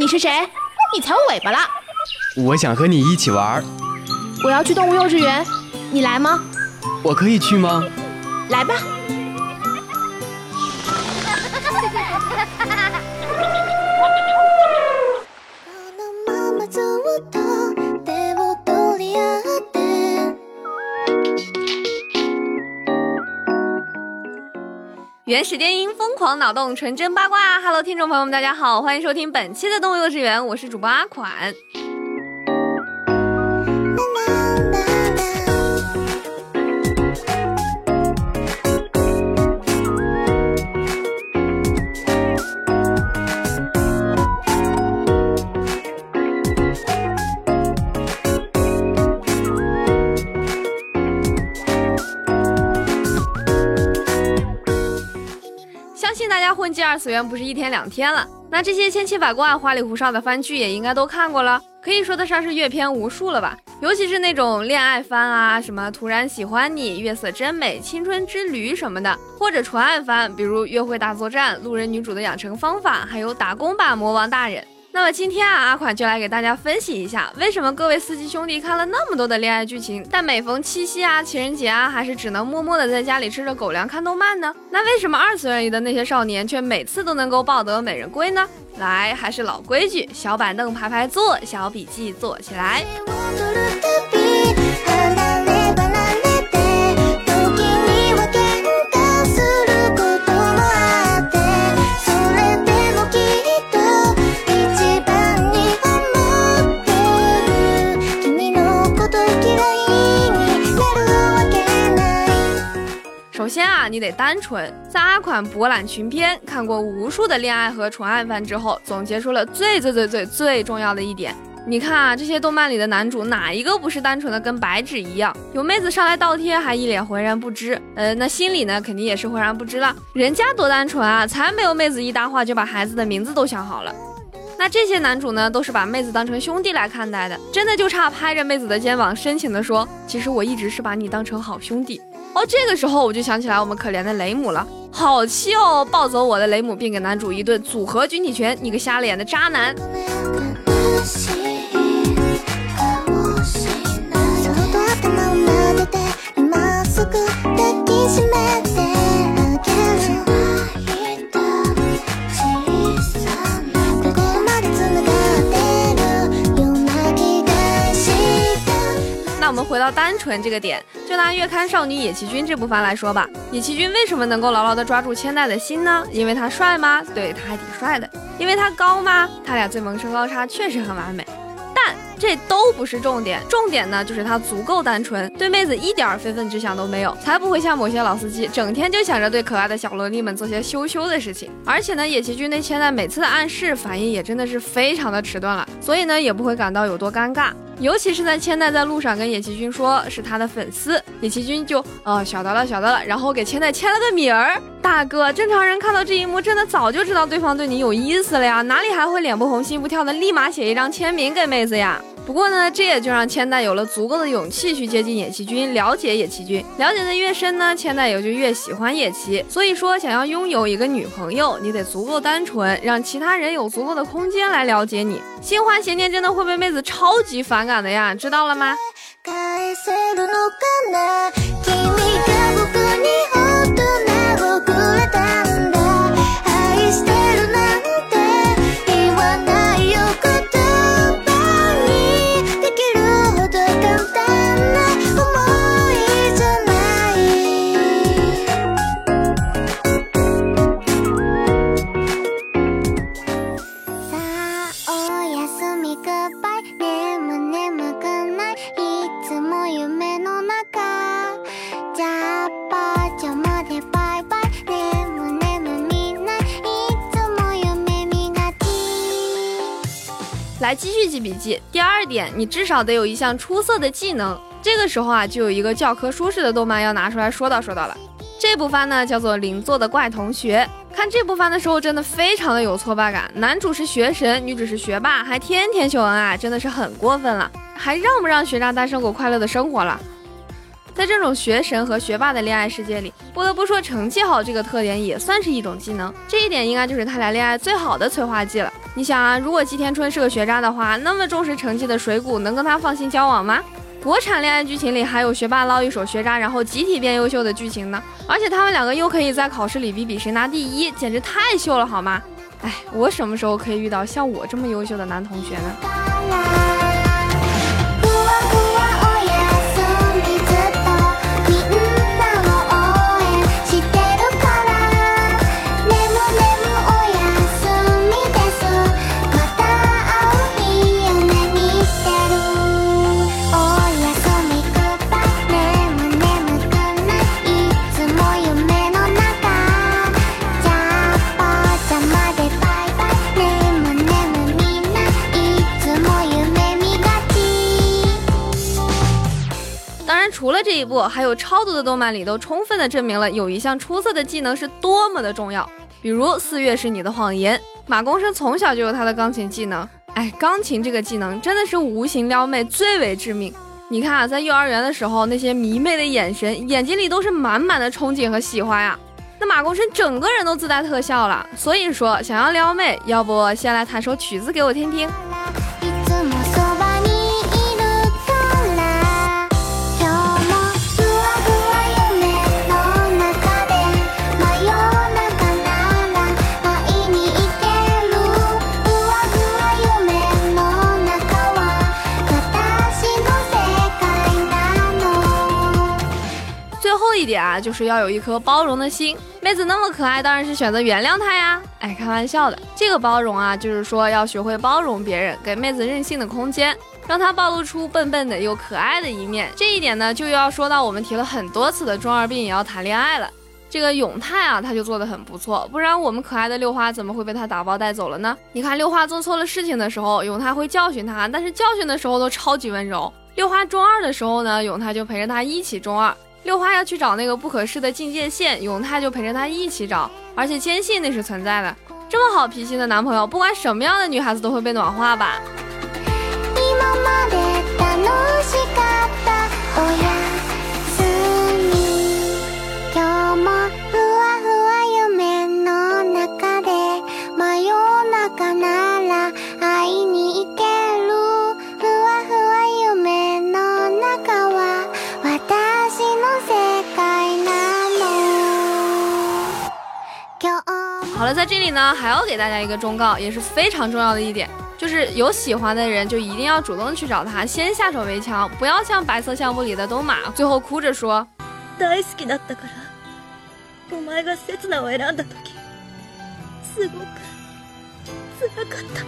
你是谁？你踩我尾巴了！ 我想和你一起玩。 我要去动物幼稚园，你来吗？ 我可以去吗？ 来吧。 原始电音，疯狂脑洞，纯真八卦。Hello， 听众朋友们，大家好，欢迎收听本期的动物幼稚园，我是主播阿款。相信大家混迹二次元不是一天两天了，那这些千奇百怪花里胡哨的番剧也应该都看过了，可以说得上是阅片无数了吧。尤其是那种恋爱番啊，什么突然喜欢你、月色真美、青春之旅什么的，或者纯爱番，比如约会大作战、路人女主的养成方法，还有打工版魔王大人。那么今天阿款就来给大家分析一下，为什么各位司机兄弟看了那么多的恋爱剧情，但每逢七夕啊、情人节啊，还是只能默默的在家里吃着狗粮看动漫呢？那为什么二次元里的那些少年却每次都能够抱得美人归呢？来，还是老规矩，小板凳排排坐，小笔记做起来。首先啊，你得单纯。在阿款博览群篇，看过无数的恋爱和纯爱番之后，总结出了最重要的一点。你看啊，这些动漫里的男主哪一个不是单纯的跟白纸一样？有妹子上来倒贴，还一脸浑然不知。那心里呢，肯定也是浑然不知了。人家多单纯啊，才没有妹子一搭话就把孩子的名字都想好了。那这些男主呢，都是把妹子当成兄弟来看待的，真的就差拍着妹子的肩膀深情地说，其实我一直是把你当成好兄弟。这个时候我就想起来我们可怜的雷姆了，好气哦，抱走我的雷姆，并给男主一顿组合军体拳，你个瞎了眼的渣男。那我们回到单纯这个点，就拿月刊少女野崎君这部番来说吧，野崎君为什么能够牢牢地抓住千代的心呢？因为他帅吗？对，他还挺帅的。因为他高吗？他俩最萌身高差确实很完美。但这都不是重点，重点呢就是他足够单纯，对妹子一点非分之想都没有，才不会像某些老司机整天就想着对可爱的小萝莉们做些羞羞的事情。而且呢，野崎君对千代每次的暗示反应也真的是非常的迟钝了，所以呢也不会感到有多尴尬。尤其是在千代在路上跟野崎君说是他的粉丝，野崎君就晓得了，然后给千代签了个名儿。大哥，正常人看到这一幕真的早就知道对方对你有意思了呀，哪里还会脸不红心不跳的立马写一张签名给妹子呀？不过呢，这也就让千代有了足够的勇气去接近野崎君，了解野崎君。了解的越深呢，千代也就越喜欢野崎。所以说，想要拥有一个女朋友，你得足够单纯，让其他人有足够的空间来了解你。心怀邪念真的会被妹子超级反感的呀，知道了吗？来继续记笔记。第二点，你至少得有一项出色的技能。这个时候啊，就有一个教科书式的动漫要拿出来说道了。这部番呢叫做《邻座的怪同学》。看这部番的时候真的非常的有挫败感，男主是学神，女主是学霸，还天天秀恩爱，真的是很过分了。还让不让学渣单身狗快乐的生活了？在这种学神和学霸的恋爱世界里，不得不说成绩好这个特点也算是一种技能，这一点应该就是他俩恋爱最好的催化剂了。 你想啊，如果吉田春是个学渣的话，那么重视成绩的水谷能跟他放心交往吗？国产恋爱剧情里还有学霸捞一手学渣，然后集体变优秀的剧情呢。而且他们两个又可以在考试里比谁拿第一，简直太秀了好吗？哎，我什么时候可以遇到像我这么优秀的男同学呢？除了这一部，还有超多的动漫里都充分的证明了有一项出色的技能是多么的重要。比如《4月是你的谎言》，马公生从小就有他的钢琴技能。哎，钢琴这个技能真的是无形撩妹最为致命。你看啊，在幼儿园的时候，那些迷妹的眼神，眼睛里都是满满的憧憬和喜欢呀。那马公生整个人都自带特效了。所以说，想要撩妹，要不先来弹首曲子给我听听。一点啊，就是要有一颗包容的心。妹子那么可爱，当然是选择原谅她呀。哎，开玩笑的，这个包容啊，就是说要学会包容别人，给妹子任性的空间，让她暴露出笨笨的又可爱的一面。这一点呢，就要说到我们提了很多次的中二病也要谈恋爱了。这个永泰啊，他就做得很不错，不然我们可爱的六花怎么会被他打包带走了呢？你看六花做错了事情的时候，永泰会教训他，但是教训的时候都超级温柔。六花中二的时候呢，永泰就陪着他一起中二。六花要去找那个不可视的境界线，永泰就陪着他一起找，而且坚信那是存在的。这么好脾气的男朋友，不管什么样的女孩子都会被暖化吧。好了，在这里呢，还要给大家一个忠告，也是非常重要的一点，就是有喜欢的人就一定要主动去找他，先下手为强，不要像白色相簿里的东马，最后哭着说大好きだったからお前が刹那を選んだ時すごく辛かった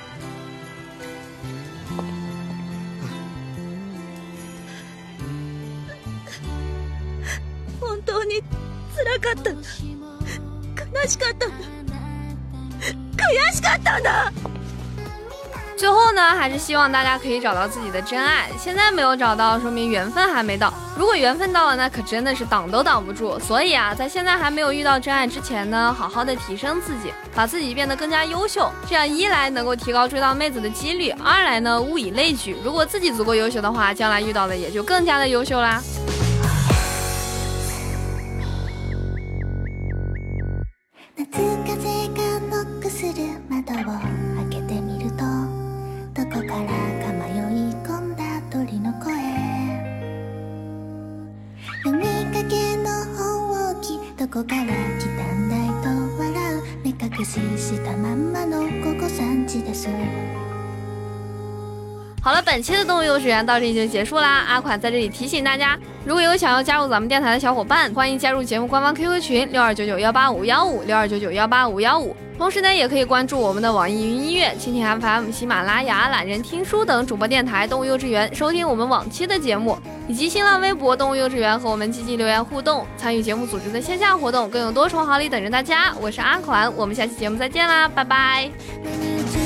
本当に辛かったんだ悲しかったんだ悔しかったんだ。 最后呢，还是希望大家可以找到自己的真爱。现在没有找到，说明缘分还没到。如果缘分到了，那可真的是挡都挡不住。所以啊，在现在还没有遇到真爱之前呢，好好的提升自己，把自己变得更加优秀。这样一来能够提高追到妹子的几率，二来呢物以类聚。如果自己足够优秀的话，将来遇到的也就更加的优秀啦。好了，本期的动物幼稚园到这里就结束啦。阿款在这里提醒大家，如果有想要加入咱们电台的小伙伴，欢迎加入节目官方 QQ 群6299185515，6299185515。同时呢，也可以关注我们的网易云音乐、蜻蜓 FM、喜马拉雅、懒人听书等主播电台动物幼稚园，收听我们往期的节目，以及新浪微博动物幼稚园和我们积极留言互动，参与节目组织的线下活动，更有多重好礼等着大家。我是阿款，我们下期节目再见啦，拜拜。